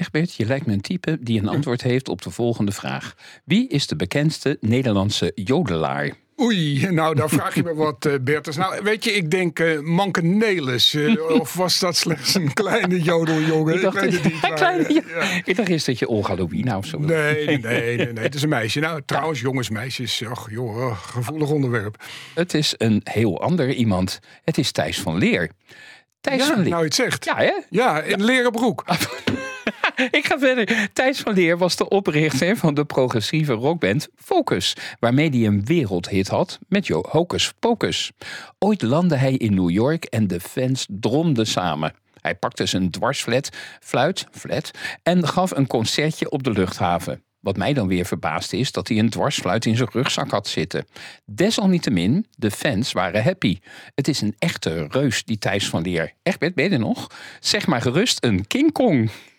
Egbert, je lijkt me een type die een antwoord heeft op de volgende vraag. Wie is de bekendste Nederlandse jodelaar? Oei, nou daar vraag je me wat, Bertus. Nou, weet je, ik denk Manke Nelis. Of was dat slechts een kleine jodeljongen? Ik weet het niet. Ik dacht eerst dat je Olga Lowina of zo. Nee, het is een meisje. Nou, trouwens, jongens, meisjes. Ach, joh, gevoelig onderwerp. Het is een heel ander iemand. Het is Thijs van Leer. Thijs van Leer. Nou, je het zegt. Ja, hè? Ja, in leren broek. Ik ga verder. Thijs van Leer was de oprichter van de progressieve rockband Focus, waarmee hij een wereldhit had met Hocus Pocus. Ooit landde hij in New York en de fans dromden samen. Hij pakte zijn fluit, en gaf een concertje op de luchthaven. Wat mij dan weer verbaasde is dat hij een dwarsfluit in zijn rugzak had zitten. Desalniettemin, de fans waren happy. Het is een echte reus, die Thijs van Leer. Egbert, ben je er nog? Zeg maar gerust een King Kong.